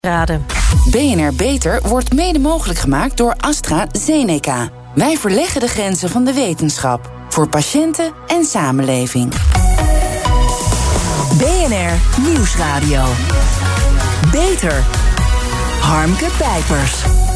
Raden. BNR Beter wordt mede mogelijk gemaakt door AstraZeneca. Wij verleggen de grenzen van de wetenschap. Voor patiënten en samenleving. BNR Nieuwsradio. Beter. Harmke Pijpers.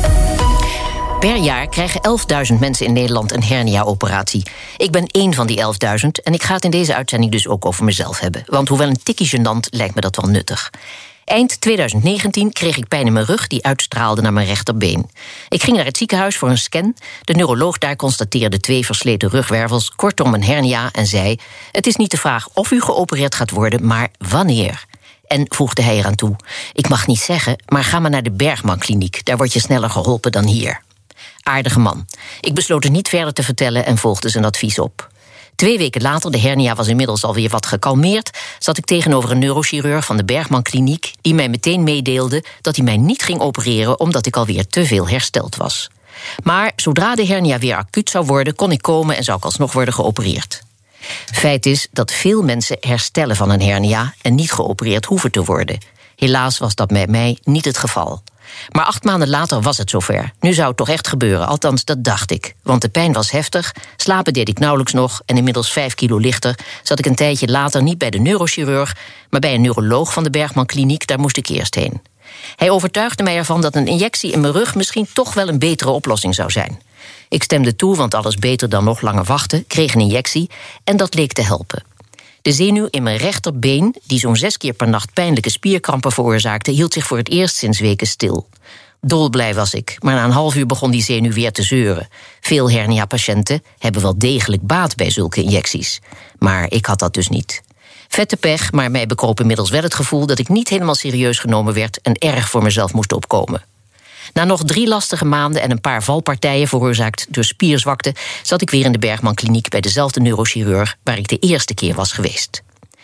Per jaar krijgen 11.000 mensen in Nederland een hernia-operatie. Ik ben één van die 11.000 en ik ga het in deze uitzending dus ook over mezelf hebben. Want hoewel een tikkie gênant lijkt me dat wel nuttig. Eind 2019 kreeg ik pijn in mijn rug die uitstraalde naar mijn rechterbeen. Ik ging naar het ziekenhuis voor een scan. De neuroloog daar constateerde 2 versleten rugwervels, kortom een hernia, en zei: het is niet de vraag of u geopereerd gaat worden, maar wanneer. En voegde hij eraan toe: ik mag niet zeggen, maar ga maar naar de Bergman Kliniek. Daar word je sneller geholpen dan hier. Aardige man. Ik besloot het niet verder te vertellen en volgde zijn advies op. 2 weken later, de hernia was inmiddels alweer wat gekalmeerd, zat ik tegenover een neurochirurg van de Bergman Kliniek die mij meteen meedeelde dat hij mij niet ging opereren omdat ik alweer te veel hersteld was. Maar zodra de hernia weer acuut zou worden, kon ik komen en zou ik alsnog worden geopereerd. Feit is dat veel mensen herstellen van een hernia en niet geopereerd hoeven te worden. Helaas was dat bij mij niet het geval. Maar 8 maanden later was het zover. Nu zou het toch echt gebeuren, althans dat dacht ik. Want de pijn was heftig, slapen deed ik nauwelijks nog en inmiddels 5 kilo lichter zat ik een tijdje later niet bij de neurochirurg, maar bij een neuroloog van de Bergman Kliniek. Daar moest ik eerst heen. Hij overtuigde mij ervan dat een injectie in mijn rug misschien toch wel een betere oplossing zou zijn. Ik stemde toe, want alles beter dan nog langer wachten, kreeg een injectie en dat leek te helpen. De zenuw in mijn rechterbeen, die zo'n 6 keer per nacht pijnlijke spierkrampen veroorzaakte, hield zich voor het eerst sinds weken stil. Dolblij was ik, maar na een half uur begon die zenuw weer te zeuren. Veel hernia-patiënten hebben wel degelijk baat bij zulke injecties. Maar ik had dat dus niet. Vette pech, maar mij bekroop inmiddels wel het gevoel dat ik niet helemaal serieus genomen werd en erg voor mezelf moest opkomen. Na nog 3 lastige maanden en een paar valpartijen veroorzaakt door spierzwakte zat ik weer in de Bergman Kliniek bij dezelfde neurochirurg waar ik de eerste keer was geweest.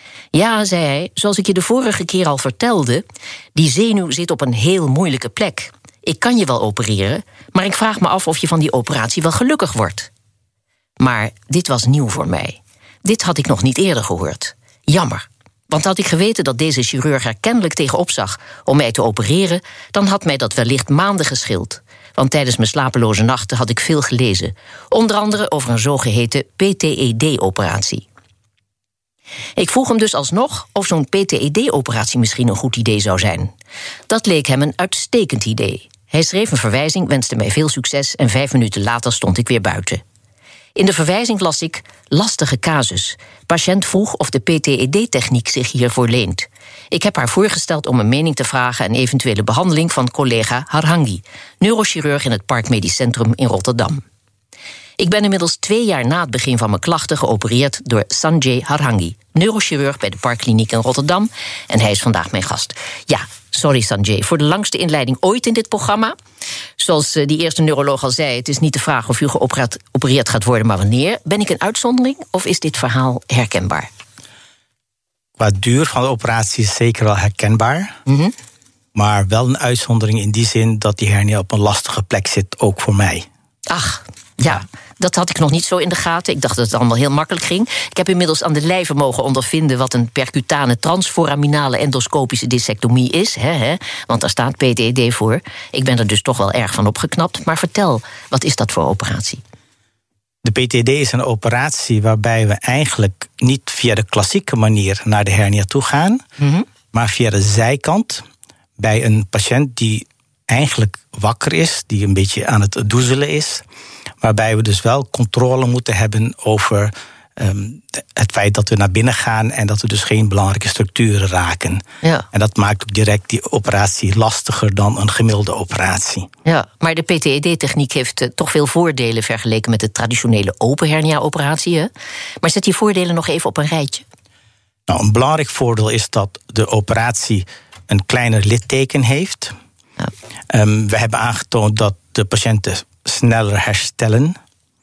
Ja, zei hij, zoals ik je de vorige keer al vertelde, die zenuw zit op een heel moeilijke plek. Ik kan je wel opereren, maar ik vraag me af of je van die operatie wel gelukkig wordt. Maar dit was nieuw voor mij. Dit had ik nog niet eerder gehoord. Jammer. Want had ik geweten dat deze chirurg er kennelijk tegenop zag om mij te opereren, dan had mij dat wellicht maanden gescheeld. Want tijdens mijn slapeloze nachten had ik veel gelezen. Onder andere over een zogeheten PTED-operatie. Ik vroeg hem dus alsnog of zo'n PTED-operatie misschien een goed idee zou zijn. Dat leek hem een uitstekend idee. Hij schreef een verwijzing, wenste mij veel succes en 5 minuten later stond ik weer buiten. In de verwijzing las ik: lastige casus. Patiënt vroeg of de PTED-techniek zich hiervoor leent. Ik heb haar voorgesteld om een mening te vragen en eventuele behandeling van collega Harhangi, neurochirurg in het Park Medisch Centrum in Rotterdam. Ik ben inmiddels 2 jaar na het begin van mijn klachten geopereerd door Sanjay Harhangi, neurochirurg bij de Parkkliniek in Rotterdam, en hij is vandaag mijn gast. Ja, sorry Sanjay, voor de langste inleiding ooit in dit programma. Zoals die eerste neuroloog al zei, het is niet de vraag of u geopereerd gaat worden, maar wanneer. Ben ik een uitzondering of is dit verhaal herkenbaar? Qua duur van de operatie is zeker wel herkenbaar. Mm-hmm. Maar wel een uitzondering in die zin dat die hernia op een lastige plek zit, ook voor mij. Ach, ja, dat had ik nog niet zo in de gaten. Ik dacht dat het allemaal heel makkelijk ging. Ik heb inmiddels aan de lijve mogen ondervinden wat een percutane transforaminale endoscopische dissectomie is. Want daar staat PTED voor. Ik ben er dus toch wel erg van opgeknapt. Maar vertel, wat is dat voor operatie? De PTED is een operatie waarbij we eigenlijk niet via de klassieke manier naar de hernia toe gaan, mm-hmm, maar via de zijkant bij een patiënt die eigenlijk wakker is, die een beetje aan het doezelen is, waarbij we dus wel controle moeten hebben over het feit dat we naar binnen gaan en dat we dus geen belangrijke structuren raken. Ja. En dat maakt ook direct die operatie lastiger dan een gemiddelde operatie. Ja, maar de PTED-techniek heeft toch veel voordelen vergeleken met de traditionele open hernia-operatie. Hè? Maar zet die voordelen nog even op een rijtje. Nou, een belangrijk voordeel is dat de operatie een kleiner litteken heeft. Ja. We hebben aangetoond dat de patiënten sneller herstellen,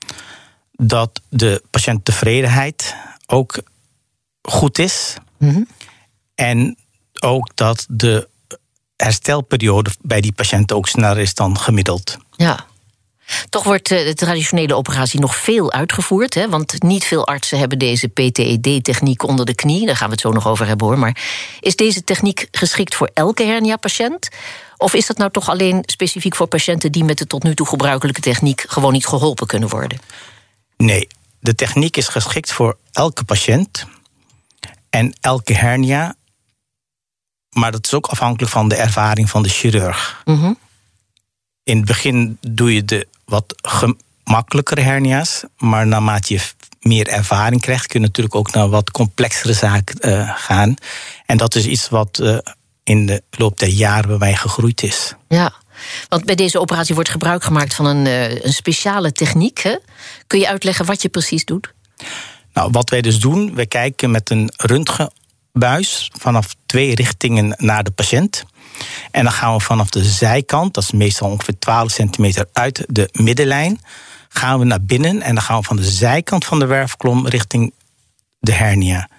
dat de patiënttevredenheid ook goed is, mm-hmm, en ook dat de herstelperiode bij die patiënten ook sneller is dan gemiddeld. Ja. Toch wordt de traditionele operatie nog veel uitgevoerd, hè? Want niet veel artsen hebben deze PTED-techniek onder de knie. Daar gaan we het zo nog over hebben, hoor. Maar is deze techniek geschikt voor elke hernia-patiënt? Of is dat nou toch alleen specifiek voor patiënten die met de tot nu toe gebruikelijke techniek gewoon niet geholpen kunnen worden? Nee, de techniek is geschikt voor elke patiënt en elke hernia. Maar dat is ook afhankelijk van de ervaring van de chirurg. Mm-hmm. In het begin doe je de wat gemakkelijkere hernia's, maar naarmate je meer ervaring krijgt, kun je natuurlijk ook naar wat complexere zaken gaan. En dat is iets wat in de loop der jaren bij mij gegroeid is. Ja, want bij deze operatie wordt gebruik gemaakt van een speciale techniek. Hè? Kun je uitleggen wat je precies doet? Nou, wat wij dus doen, wij kijken met een röntgenbuis vanaf 2 richtingen naar de patiënt. En dan gaan we vanaf de zijkant, dat is meestal ongeveer 12 centimeter uit de middenlijn, gaan we naar binnen en dan gaan we van de zijkant van de wervelkolom richting de hernia.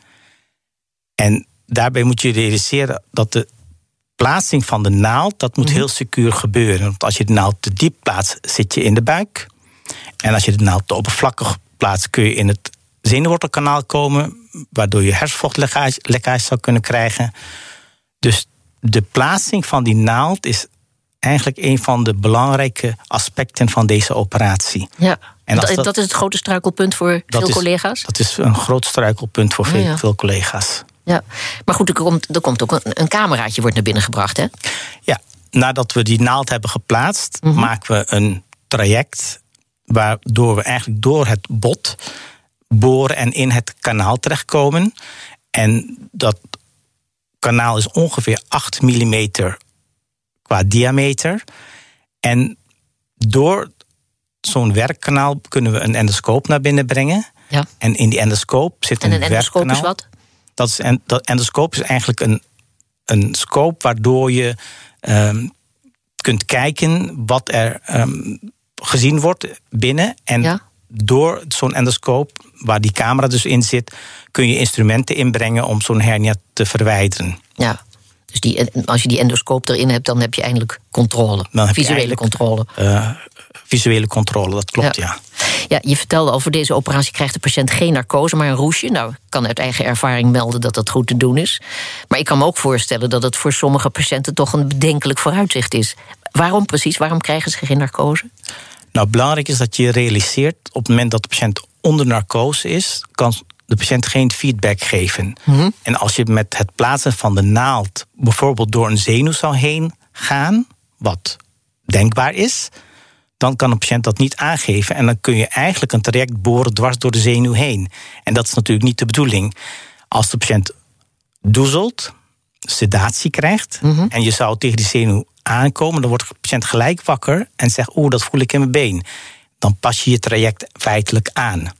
En daarbij moet je realiseren dat de plaatsing van de naald, dat moet heel secuur gebeuren. Want als je de naald te diep plaatst, zit je in de buik. En als je de naald te oppervlakkig plaatst, kun je in het zenuwwortelkanaal komen, waardoor je hersenvochtlekkage zou kunnen krijgen. Dus de plaatsing van die naald is eigenlijk een van de belangrijke aspecten van deze operatie. Ja, en dat is het grote struikelpunt voor veel collega's? Dat is een groot struikelpunt voor veel collega's. Ja, maar goed, er komt ook een cameraatje wordt naar binnen gebracht, hè? Ja, nadat we die naald hebben geplaatst, maken we een traject waardoor we eigenlijk door het bot boren en in het kanaal terechtkomen. En dat kanaal is ongeveer 8 mm qua diameter. En door zo'n werkkanaal kunnen we een endoscoop naar binnen brengen. Ja. En in die endoscoop zit een werkkanaal. En een endoscoop is wat? Dat endoscoop is eigenlijk een scope waardoor je kunt kijken wat er gezien wordt binnen. En door zo'n endoscoop, waar die camera dus in zit, kun je instrumenten inbrengen om zo'n hernia te verwijderen. Ja, dus als je die endoscoop erin hebt, dan heb je eindelijk controle. Visuele controle. Visuele controle, dat klopt, ja. Ja, je vertelde al, voor deze operatie krijgt de patiënt geen narcose, maar een roesje. Nou, ik kan uit eigen ervaring melden dat dat goed te doen is. Maar ik kan me ook voorstellen dat het voor sommige patiënten toch een bedenkelijk vooruitzicht is. Waarom precies? Waarom krijgen ze geen narcose? Nou, belangrijk is dat je realiseert, op het moment dat de patiënt onder narcose is, kan de patiënt geen feedback geven. Mm-hmm. En als je met het plaatsen van de naald bijvoorbeeld door een zenuw zou heen gaan, wat denkbaar is, dan kan een patiënt dat niet aangeven. En dan kun je eigenlijk een traject boren dwars door de zenuw heen. En dat is natuurlijk niet de bedoeling. Als de patiënt doezelt, sedatie krijgt, en je zou tegen die zenuw aankomen, dan wordt de patiënt gelijk wakker en zegt, dat voel ik in mijn been. Dan pas je je traject feitelijk aan.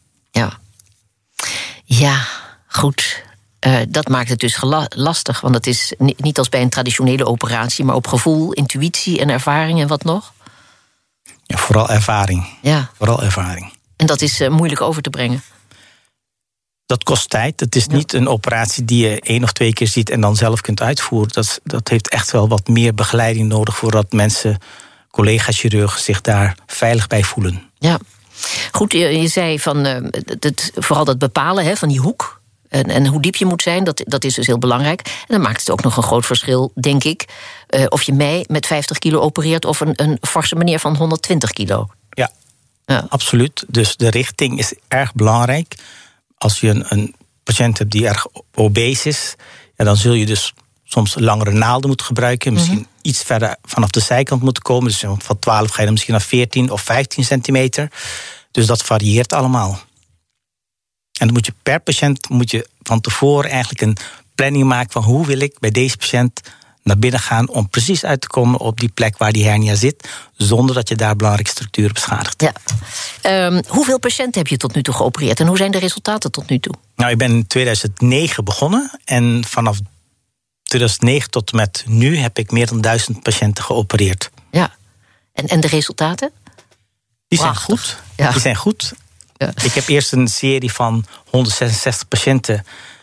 Ja, goed. Dat maakt het dus lastig, want het is niet als bij een traditionele operatie, maar op gevoel, intuïtie en ervaring en wat nog? Ja, vooral ervaring. Ja. Vooral ervaring. En dat is moeilijk over te brengen? Dat kost tijd. Het is niet een operatie die je 1 of 2 keer ziet en dan zelf kunt uitvoeren. Dat heeft echt wel wat meer begeleiding nodig voordat mensen, collega-chirurgen, zich daar veilig bij voelen. Ja. Goed, je zei van vooral dat bepalen van die hoek. En hoe diep je moet zijn, dat is dus heel belangrijk. En dan maakt het ook nog een groot verschil, denk ik, of je mij met 50 kilo opereert of een forse meneer van 120 kilo. Ja, absoluut. Dus de richting is erg belangrijk. Als je een patiënt hebt die erg obese is, dan zul je dus soms langere naalden moeten gebruiken. Misschien iets verder vanaf de zijkant moeten komen. Dus van 12 ga je dan misschien naar 14 of 15 centimeter. Dus dat varieert allemaal. En dan moet je per patiënt van tevoren eigenlijk een planning maken van hoe wil ik bij deze patiënt naar binnen gaan om precies uit te komen op die plek waar die hernia zit, zonder dat je daar belangrijke structuren beschadigt. Ja. Hoeveel patiënten heb je tot nu toe geopereerd en hoe zijn de resultaten tot nu toe? Nou, ik ben in 2009 begonnen en vanaf 2009 tot en met nu heb ik meer dan 1000 patiënten geopereerd. Ja. En de resultaten? Die zijn goed. Ja. Die zijn goed. Ja. Ik heb eerst een serie van 166 patiënten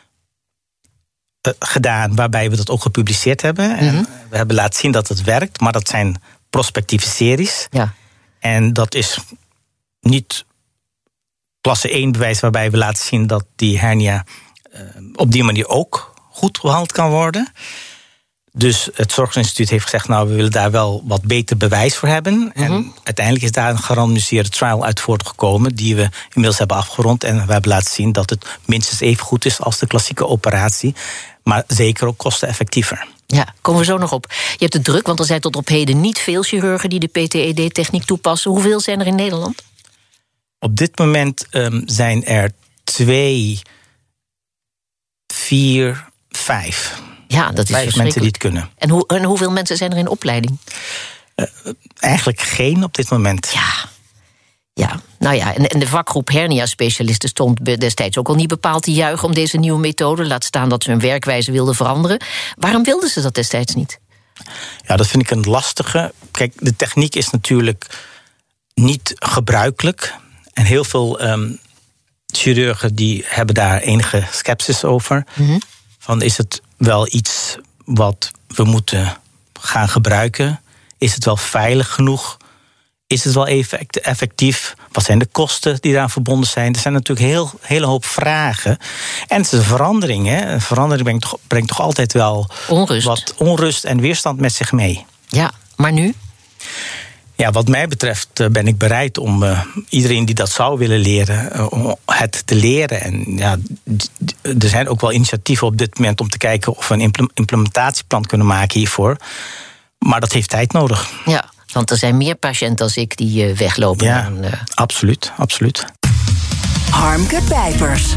gedaan, waarbij we dat ook gepubliceerd hebben. En we hebben laten zien dat het werkt, maar dat zijn prospectieve series. Ja. En dat is niet klasse 1 bewijs waarbij we laten zien dat die hernia op die manier ook goed behandeld kan worden. Dus het Zorginstituut heeft gezegd, we willen daar wel wat beter bewijs voor hebben. En uiteindelijk is daar een gerandomiseerde trial uit voortgekomen die we inmiddels hebben afgerond. En we hebben laten zien dat het minstens even goed is als de klassieke operatie. Maar zeker ook kosteneffectiever. Ja, komen we zo nog op. Je hebt het druk, want er zijn tot op heden niet veel chirurgen die de PTED-techniek toepassen. Hoeveel zijn er in Nederland? Op dit moment zijn er 2, 4, 5. Ja, dat is 5 mensen die het kunnen. En hoeveel mensen zijn er in opleiding? Eigenlijk geen op dit moment. Ja, en de vakgroep hernia-specialisten stond destijds ook al niet bepaald te juichen om deze nieuwe methode. Laat staan dat ze hun werkwijze wilden veranderen. Waarom wilden ze dat destijds niet? Ja, dat vind ik een lastige. Kijk, de techniek is natuurlijk niet gebruikelijk. En heel veel chirurgen die hebben daar enige sceptisch over. Van, is het wel iets wat we moeten gaan gebruiken? Is het wel veilig genoeg? Is het wel effectief? Wat zijn de kosten die daaraan verbonden zijn? Er zijn natuurlijk een hele hoop vragen. En het is een verandering. Hè? Een verandering brengt toch altijd wel wat onrust en weerstand met zich mee. Ja, maar nu? Ja, wat mij betreft ben ik bereid om iedereen die dat zou willen leren, om het te leren. En ja, er zijn ook wel initiatieven op dit moment om te kijken of we een implementatieplan kunnen maken hiervoor. Maar dat heeft tijd nodig. Ja, want er zijn meer patiënten als ik die weglopen. Ja, absoluut. Harmke Pijpers.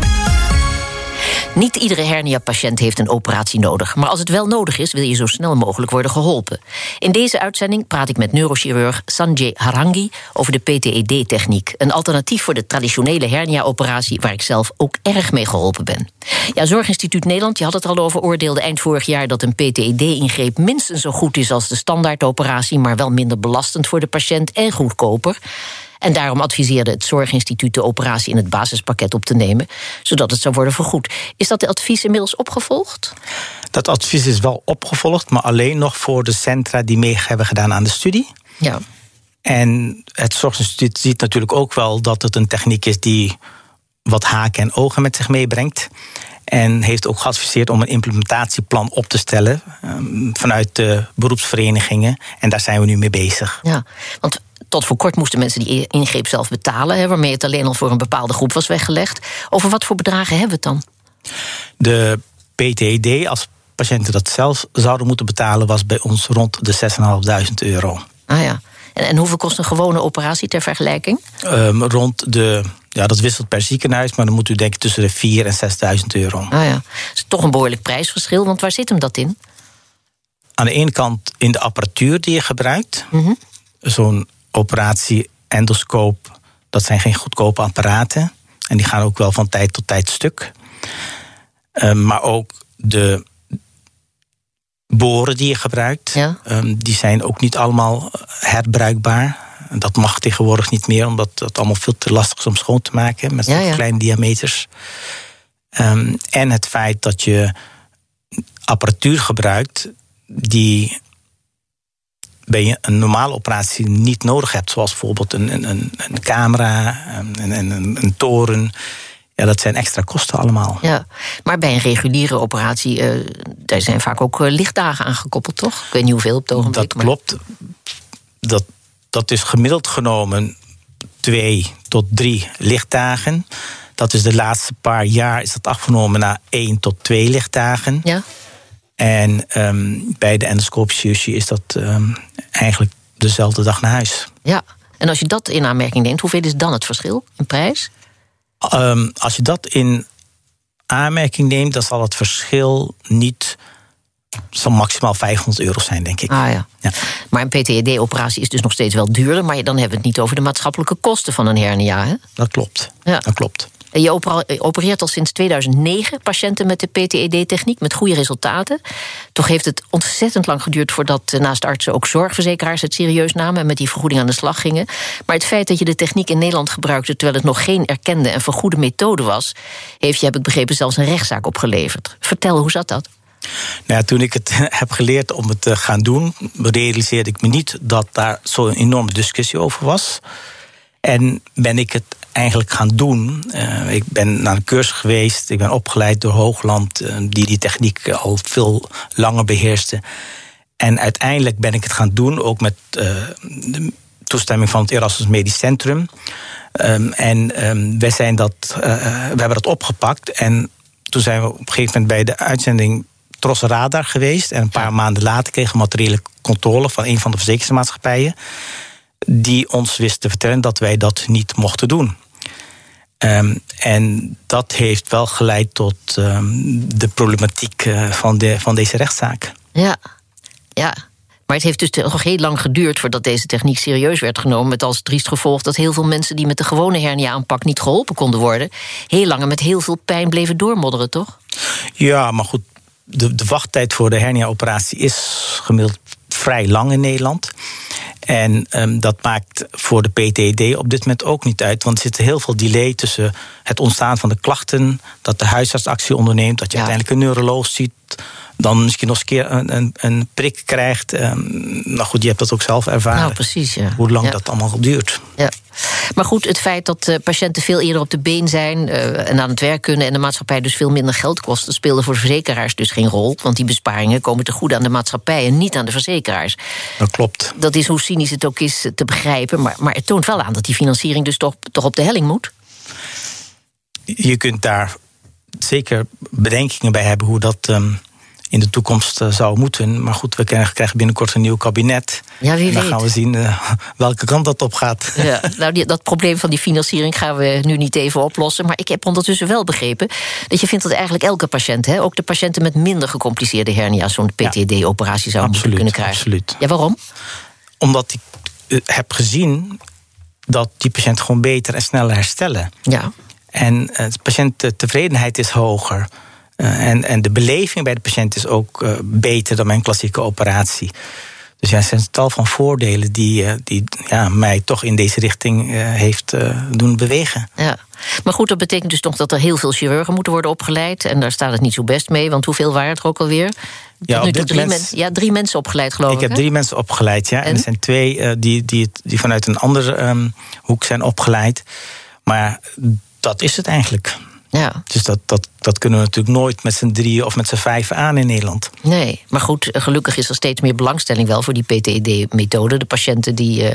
Niet iedere hernia-patiënt heeft een operatie nodig. Maar als het wel nodig is, wil je zo snel mogelijk worden geholpen. In deze uitzending praat ik met neurochirurg Sanjay Harangi over de PTED-techniek. Een alternatief voor de traditionele hernia-operatie waar ik zelf ook erg mee geholpen ben. Ja, Zorginstituut Nederland, je had het al over, oordeelde eind vorig jaar dat een PTED-ingreep minstens zo goed is als de standaardoperatie, maar wel minder belastend voor de patiënt en goedkoper. En daarom adviseerde het Zorginstituut de operatie in het basispakket op te nemen, zodat het zou worden vergoed. Is dat advies inmiddels opgevolgd? Dat advies is wel opgevolgd, maar alleen nog voor de centra die mee hebben gedaan aan de studie. Ja. En het Zorginstituut ziet natuurlijk ook wel dat het een techniek is die wat haken en ogen met zich meebrengt. En heeft ook geadviseerd om een implementatieplan op te stellen vanuit de beroepsverenigingen. En daar zijn we nu mee bezig. Ja, want tot voor kort moesten mensen die ingreep zelf betalen, waarmee het alleen al voor een bepaalde groep was weggelegd. Over wat voor bedragen hebben we het dan? De PTED, als patiënten dat zelf zouden moeten betalen, was bij ons rond de €6.500. Ah ja. En hoeveel kost een gewone operatie ter vergelijking? Rond de, dat wisselt per ziekenhuis, maar dan moet u denken tussen de €4.000 en €6.000. Ah ja, dat is toch een behoorlijk prijsverschil, want waar zit hem dat in? Aan de ene kant in de apparatuur die je gebruikt. Zo'n operatie, endoscoop, dat zijn geen goedkope apparaten. En die gaan ook wel van tijd tot tijd stuk. Maar ook de boren die je gebruikt, die zijn ook niet allemaal herbruikbaar. Dat mag tegenwoordig niet meer, omdat het allemaal veel te lastig is om schoon te maken met kleine diameters. En het feit dat je apparatuur gebruikt die bij je een normale operatie niet nodig hebt, zoals bijvoorbeeld een camera, een toren. Ja, dat zijn extra kosten allemaal. Ja, maar bij een reguliere operatie, daar zijn vaak ook lichtdagen aan gekoppeld, toch? Ik weet niet hoeveel op het ogenblik. Dat klopt. Dat is gemiddeld genomen 2 tot 3 lichtdagen. Dat is de laatste paar jaar is dat afgenomen naar 1 tot 2 lichtdagen. Ja. En bij de endoscopische chirurgie is dat eigenlijk dezelfde dag naar huis. Ja, en als je dat in aanmerking neemt, hoeveel is dan het verschil in prijs? Als je dat in aanmerking neemt, dan zal het verschil niet, zal maximaal €500 zijn, denk ik. Ah ja. Maar een PTED-operatie is dus nog steeds wel duurder, maar dan hebben we het niet over de maatschappelijke kosten van een hernia, hè? Dat klopt. Ja. Dat klopt. Je opereert al sinds 2009 patiënten met de PTED-techniek met goede resultaten. Toch heeft het ontzettend lang geduurd voordat naast artsen ook zorgverzekeraars het serieus namen en met die vergoeding aan de slag gingen. Maar het feit dat je de techniek in Nederland gebruikte terwijl het nog geen erkende en vergoede methode was, heeft je, heb ik begrepen, zelfs een rechtszaak opgeleverd. Vertel, hoe zat dat? Nou ja, toen ik het heb geleerd om het te gaan doen, realiseerde ik me niet dat daar zo'n enorme discussie over was. En ben ik het eigenlijk gaan doen. Ik ben naar een cursus geweest. Ik ben opgeleid door Hoogland, die techniek al veel langer beheerste. En uiteindelijk ben ik het gaan doen, ook met de toestemming van het Erasmus Medisch Centrum. We hebben dat opgepakt. En toen zijn we op een gegeven moment bij de uitzending Tros Radar geweest. En een paar maanden later kregen we materiële controle van een van de verzekeringsmaatschappijen, die ons wist te vertellen dat wij dat niet mochten doen. En dat heeft wel geleid tot de problematiek van deze rechtszaak. Ja. Maar het heeft dus nog heel lang geduurd voordat deze techniek serieus werd genomen, met als triest gevolg dat heel veel mensen die met de gewone hernia-aanpak niet geholpen konden worden, heel lang en met heel veel pijn bleven doormodderen, toch? Ja, maar goed, de wachttijd voor de hernia-operatie is gemiddeld vrij lang in Nederland. En dat maakt voor de PTED op dit moment ook niet uit, want er zit heel veel delay tussen het ontstaan van de klachten, dat de huisarts actie onderneemt, dat je uiteindelijk een neuroloog ziet, dan misschien nog eens een keer een prik krijgt. Nou goed, je hebt dat ook zelf ervaren. Nou, precies, ja. Hoe lang dat allemaal duurt. Ja. Maar goed, het feit dat patiënten veel eerder op de been zijn en aan het werk kunnen en de maatschappij dus veel minder geld kost, dat speelde voor de verzekeraars dus geen rol, want die besparingen komen te goede aan de maatschappij en niet aan de verzekeraars. Dat klopt. Dat is, hoe cynisch het ook is, te begrijpen, maar het toont wel aan dat die financiering dus toch op de helling moet. Je kunt daar zeker bedenkingen bij hebben hoe dat in de toekomst zou moeten. Maar goed, we krijgen binnenkort een nieuw kabinet. Ja, wie weet. Dan gaan we zien welke kant dat op gaat. Ja, nou, dat probleem van die financiering gaan we nu niet even oplossen. Maar ik heb ondertussen wel begrepen dat je vindt dat eigenlijk elke patiënt, ook de patiënten met minder gecompliceerde hernia's, zo'n PTED-operatie zou moeten kunnen krijgen. Absoluut. Ja, waarom? Omdat ik heb gezien dat die patiënten gewoon beter en sneller herstellen. Ja. En de patiënttevredenheid is hoger. En de beleving bij de patiënt is ook beter dan bij een klassieke operatie. Dus ja, er zijn tal van voordelen die mij toch in deze richting heeft doen bewegen. Ja. Maar goed, dat betekent dus toch dat er heel veel chirurgen moeten worden opgeleid. En daar staat het niet zo best mee, want hoeveel waren het er ook alweer? Ja, nu drie mensen opgeleid, geloof ik. Ik heb 3 mensen opgeleid, ja. En er zijn 2 die vanuit een andere hoek zijn opgeleid. Maar dat is het eigenlijk. Ja. Dus dat kunnen we natuurlijk nooit met z'n 3 of met z'n 5 aan in Nederland. Nee, maar goed, gelukkig is er steeds meer belangstelling wel voor die PTED-methode. De patiënten die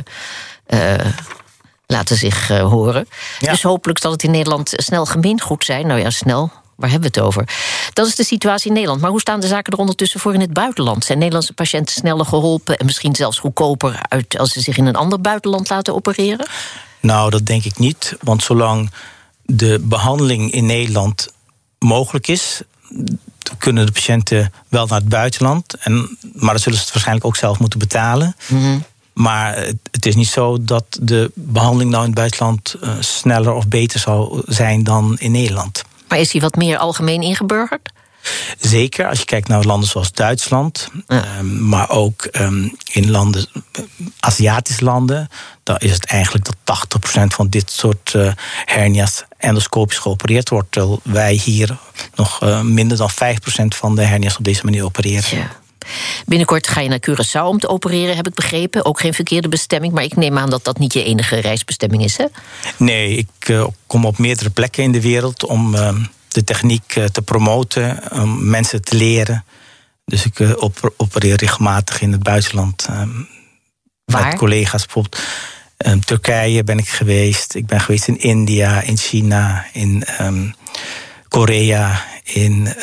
laten zich horen. Ja. Dus hopelijk zal het in Nederland snel gemeengoed zijn. Nou ja, snel, waar hebben we het over? Dat is de situatie in Nederland. Maar hoe staan de zaken er ondertussen voor in het buitenland? Zijn Nederlandse patiënten sneller geholpen en misschien zelfs goedkoper uit als ze zich in een ander buitenland laten opereren? Nou, dat denk ik niet, want zolang de behandeling in Nederland mogelijk is, kunnen de patiënten wel naar het buitenland, maar dan zullen ze het waarschijnlijk ook zelf moeten betalen. Mm-hmm. Maar het is niet zo dat de behandeling nou in het buitenland sneller of beter zou zijn dan in Nederland. Maar is die wat meer algemeen ingeburgerd? Zeker, als je kijkt naar landen zoals Duitsland, maar ook in landen, Aziatische landen, dan is het eigenlijk dat 80% van dit soort hernia's endoscopisch geopereerd wordt, terwijl wij hier nog minder dan 5% van de hernia's op deze manier opereren. Ja. Binnenkort ga je naar Curaçao om te opereren, heb ik begrepen. Ook geen verkeerde bestemming, maar ik neem aan dat dat niet je enige reisbestemming is, hè? Nee, ik kom op meerdere plekken in de wereld om de techniek te promoten, om mensen te leren. Dus ik opereer regelmatig in het buitenland. Waar? Met collega's bijvoorbeeld. Turkije ben ik geweest. Ik ben geweest in India, in China, in Korea, in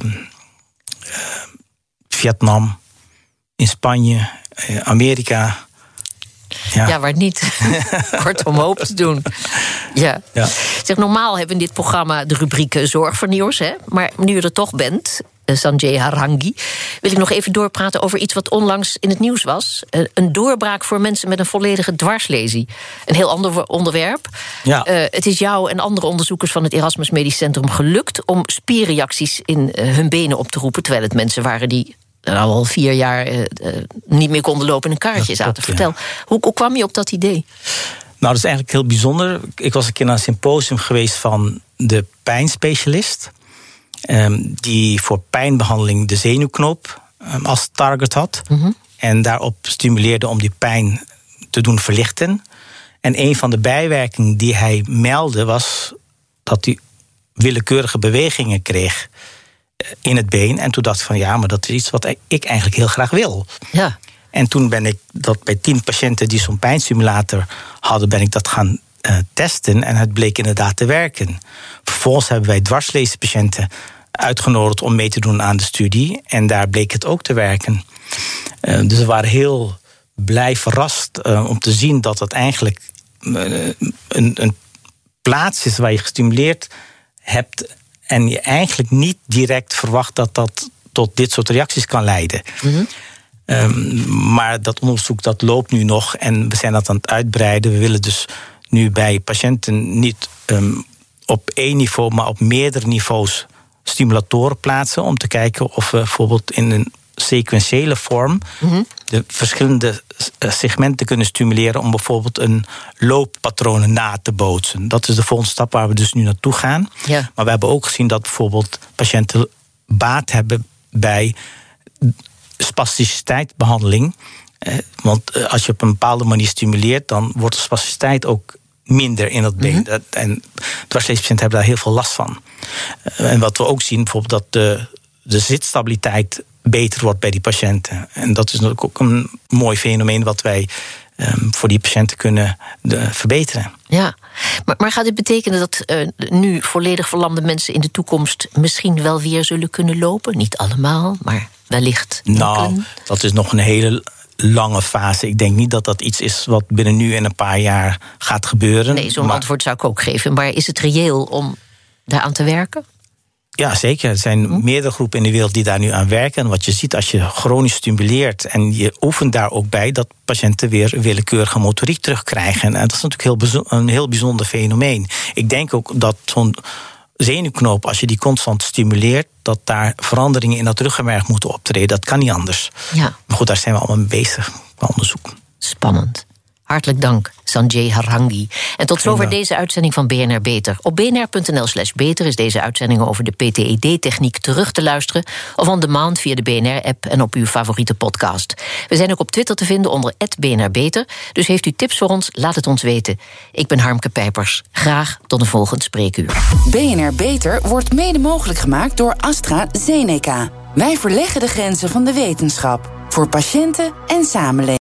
Vietnam, in Spanje, Amerika. Ja, waar niet. Kortom, hoop te doen. Ja. Zeg, normaal hebben we in dit programma de rubriek zorgvernieuwers, hè? Maar nu je er toch bent, Sanjay Harangi, wil ik nog even doorpraten over iets wat onlangs in het nieuws was. Een doorbraak voor mensen met een volledige dwarslesie. Een heel ander onderwerp. Ja. Het is jou en andere onderzoekers van het Erasmus Medisch Centrum gelukt om spierreacties in hun benen op te roepen, terwijl het mensen waren die al 4 jaar niet meer konden lopen in een karretje zaten. Vertel, hoe kwam je op dat idee? Nou, dat is eigenlijk heel bijzonder. Ik was een keer naar een symposium geweest van de pijnspecialist. die voor pijnbehandeling de zenuwknoop als target had. Mm-hmm. En daarop stimuleerde om die pijn te doen verlichten. En een van de bijwerkingen die hij meldde was dat hij willekeurige bewegingen kreeg in het been. En toen dacht ik van ja, maar dat is iets wat ik eigenlijk heel graag wil. Ja. En toen ben ik dat bij 10 patiënten die zo'n pijnstimulator hadden, ben ik dat gaan testen. En het bleek inderdaad te werken. Vervolgens hebben wij dwarsleespatiënten uitgenodigd om mee te doen aan de studie. En daar bleek het ook te werken. Dus we waren heel blij verrast om te zien dat het eigenlijk een plaats is waar je gestimuleerd hebt en je eigenlijk niet direct verwacht dat dat tot dit soort reacties kan leiden. Mm-hmm. Maar dat onderzoek dat loopt nu nog en we zijn dat aan het uitbreiden. We willen dus nu bij patiënten niet op 1 niveau, maar op meerdere niveaus stimulatoren plaatsen om te kijken of we bijvoorbeeld in een sequentiële vorm de verschillende segmenten kunnen stimuleren om bijvoorbeeld een looppatroon na te bootsen. Dat is de volgende stap waar we dus nu naartoe gaan. Ja. Maar we hebben ook gezien dat bijvoorbeeld patiënten baat hebben bij spasticiteitsbehandeling. Want als je op een bepaalde manier stimuleert, dan wordt de spasticiteit ook minder in dat been. Mm-hmm. En dwarsleespatiënten hebben daar heel veel last van. En wat we ook zien, bijvoorbeeld dat de zitstabiliteit beter wordt bij die patiënten. En dat is natuurlijk ook een mooi fenomeen wat wij voor die patiënten kunnen verbeteren. Ja, maar gaat dit betekenen dat nu volledig verlamde mensen in de toekomst misschien wel weer zullen kunnen lopen? Niet allemaal, maar wellicht. Nou, dat is nog een hele lange fase. Ik denk niet dat dat iets is wat binnen nu en een paar jaar gaat gebeuren. Nee, zo'n antwoord zou ik ook geven. Maar is het reëel om daaraan te werken? Ja, zeker. Er zijn meerdere groepen in de wereld die daar nu aan werken. En wat je ziet als je chronisch stimuleert en je oefent daar ook bij, dat patiënten weer willekeurige motoriek terugkrijgen. En dat is natuurlijk een heel bijzonder fenomeen. Ik denk ook dat zo'n zenuwknoop, als je die constant stimuleert, dat daar veranderingen in dat ruggenmerg moeten optreden. Dat kan niet anders. Ja. Maar goed, daar zijn we allemaal mee bezig qua onderzoek. Spannend. Hartelijk dank, Sanjay Harangi. En tot zover deze uitzending van BNR Beter. Op bnr.nl/beter is deze uitzending over de PTED-techniek terug te luisteren, of on demand via de BNR-app en op uw favoriete podcast. We zijn ook op Twitter te vinden onder @BNRBeter. Dus heeft u tips voor ons, laat het ons weten. Ik ben Harmke Pijpers. Graag tot een volgend spreekuur. BNR Beter wordt mede mogelijk gemaakt door AstraZeneca. Wij verleggen de grenzen van de wetenschap. Voor patiënten en samenleving.